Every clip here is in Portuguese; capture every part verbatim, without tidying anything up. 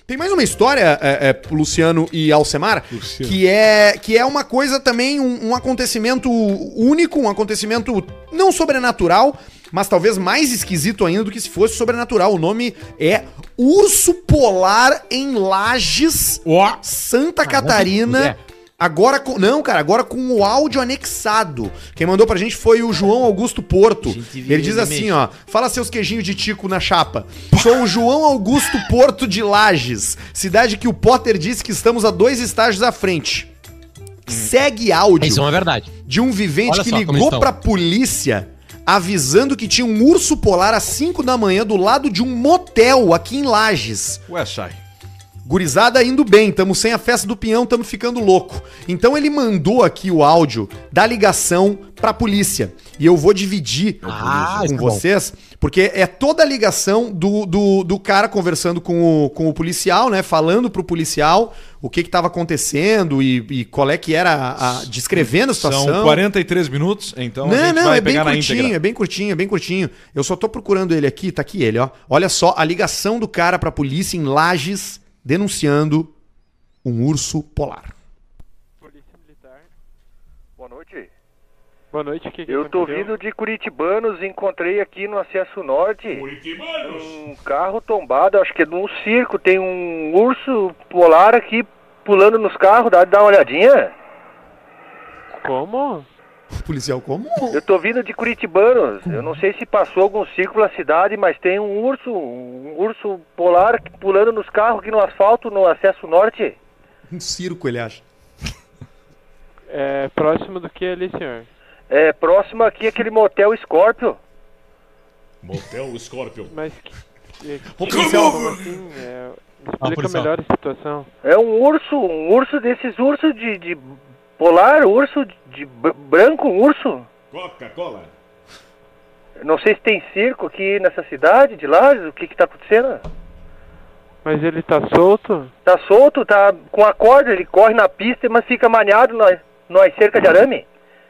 Tem mais uma história, é, é, Luciano e Alcemar, Luciano. que é, que é uma coisa também, um, um acontecimento único, um acontecimento não sobrenatural, mas talvez mais esquisito ainda do que se fosse sobrenatural. O nome é Urso Polar em Lages, Ó. Santa Catarina. Agora com. Não, cara, agora com o áudio anexado. Quem mandou pra gente foi o João Augusto Porto. Ele diz assim, ó. Fala seus queijinhos de tico na chapa. Sou o João Augusto Porto de Lages, cidade que o Potter disse que estamos a dois estágios à frente. Segue áudio Isso é uma verdade. de um vivente Olha que só como ligou estão. pra polícia avisando que tinha um urso polar às cinco da manhã do lado de um motel aqui em Lages. Ué, sai. Gurizada indo bem, tamo sem a festa do peão, tamo ficando louco. Então ele mandou aqui o áudio da ligação pra polícia. E eu vou dividir Ah, com isso é bom. vocês, porque é toda a ligação do, do, do cara conversando com o, com o policial, né? Falando pro policial o que que tava acontecendo e, e qual é que era a, a- descrevendo a situação. São quarenta e três minutos, então a Não, gente não, vai é bem pegar na curtinho, íntegra. é bem curtinho, é bem curtinho. Eu só tô procurando ele aqui, tá aqui ele, ó. Olha só a ligação do cara pra polícia em Lages denunciando um urso polar. Polícia Militar. Boa noite. Boa noite, o que que Eu tô aconteceu? vindo de Curitibanos, encontrei aqui no acesso norte um carro tombado, acho que é de um circo, tem um urso polar aqui pulando nos carros, dá, dá uma olhadinha. Como? Policial como? Eu tô vindo de Curitibanos, eu não sei se passou algum circo pela cidade, mas tem um urso, um urso polar pulando nos carros aqui no asfalto, no acesso norte. Um circo, ele acha. É próximo do que ali, senhor? É, próximo aqui aquele motel Scorpio. Motel Scorpion. Mas que... que, Ô, que policial, como assim? É, Ah, explica policial. melhor a situação. É um urso, um urso desses ursos de, de polar, urso de br- branco, um urso. Coca-Cola. Não sei se tem circo aqui nessa cidade de Lages, o que que tá acontecendo? Mas ele tá solto? Tá solto, tá com a corda, ele corre na pista, mas fica maniado nós, nós cerca de arame.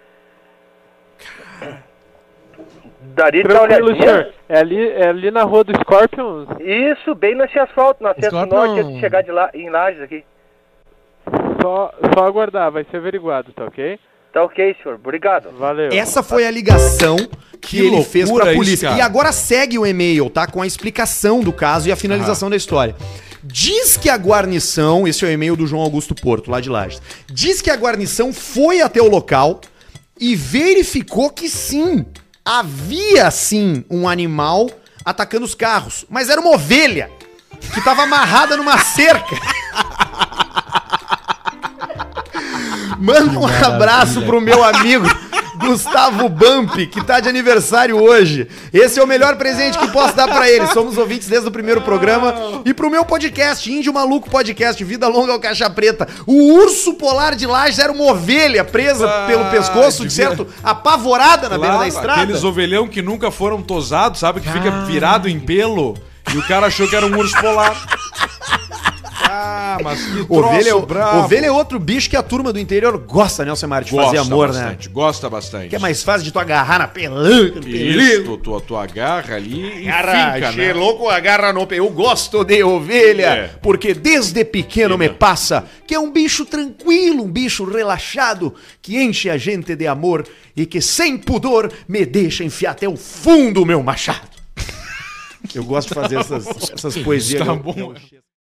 Daria de dar uma Tranquilo, olhadinha? senhor. É ali, é ali na rua do Scorpions. Isso, bem nesse asfalto, no acesso Scorpion- norte, antes de chegar de lá, em Lages aqui. Só, só aguardar, vai ser averiguado, tá ok? Tá ok, senhor, obrigado. Valeu. Essa foi a ligação que, Que ele fez loucura pra isso, polícia. cara. E agora segue o e-mail, tá? Com a explicação do caso e a finalização da história. Diz que a guarnição, esse é o e-mail do João Augusto Porto, lá de Lages. Diz que a guarnição foi até o local e verificou que sim, havia sim um animal atacando os carros, mas era uma ovelha que tava amarrada numa cerca. Manda um abraço pro meu amigo Gustavo Bump, que tá de aniversário hoje. Esse é o melhor presente que posso dar pra ele. Somos ouvintes desde o primeiro programa. E pro meu podcast, Índio Maluco Podcast, Vida Longa ao Caixa Preta. O urso polar de Lages era uma ovelha presa Ah, pelo pescoço, de devia- certo, apavorada na beira da Claro, estrada. aqueles ovelhão que nunca foram tosados, sabe? Que fica virado em pelo. E o cara achou que era um urso polar. Ah, mas que troço Ovelha, é- bravo. ovelha é outro bicho que a turma do interior gosta, né, Alcemar, de Gosta fazer amor, bastante, né? gosta bastante. Que é mais fácil de tu agarrar na pelanca, no Isso, tu, tu agarra ali e Agarra, fica, che né? louco, agarra no pé. Eu gosto de ovelha, É. porque desde pequeno me passa que é um bicho tranquilo, um bicho relaxado, que enche a gente de amor e que sem pudor me deixa enfiar até o fundo o meu machado. Eu gosto de fazer essas, essas poesias. Tá Eu- bom. eu-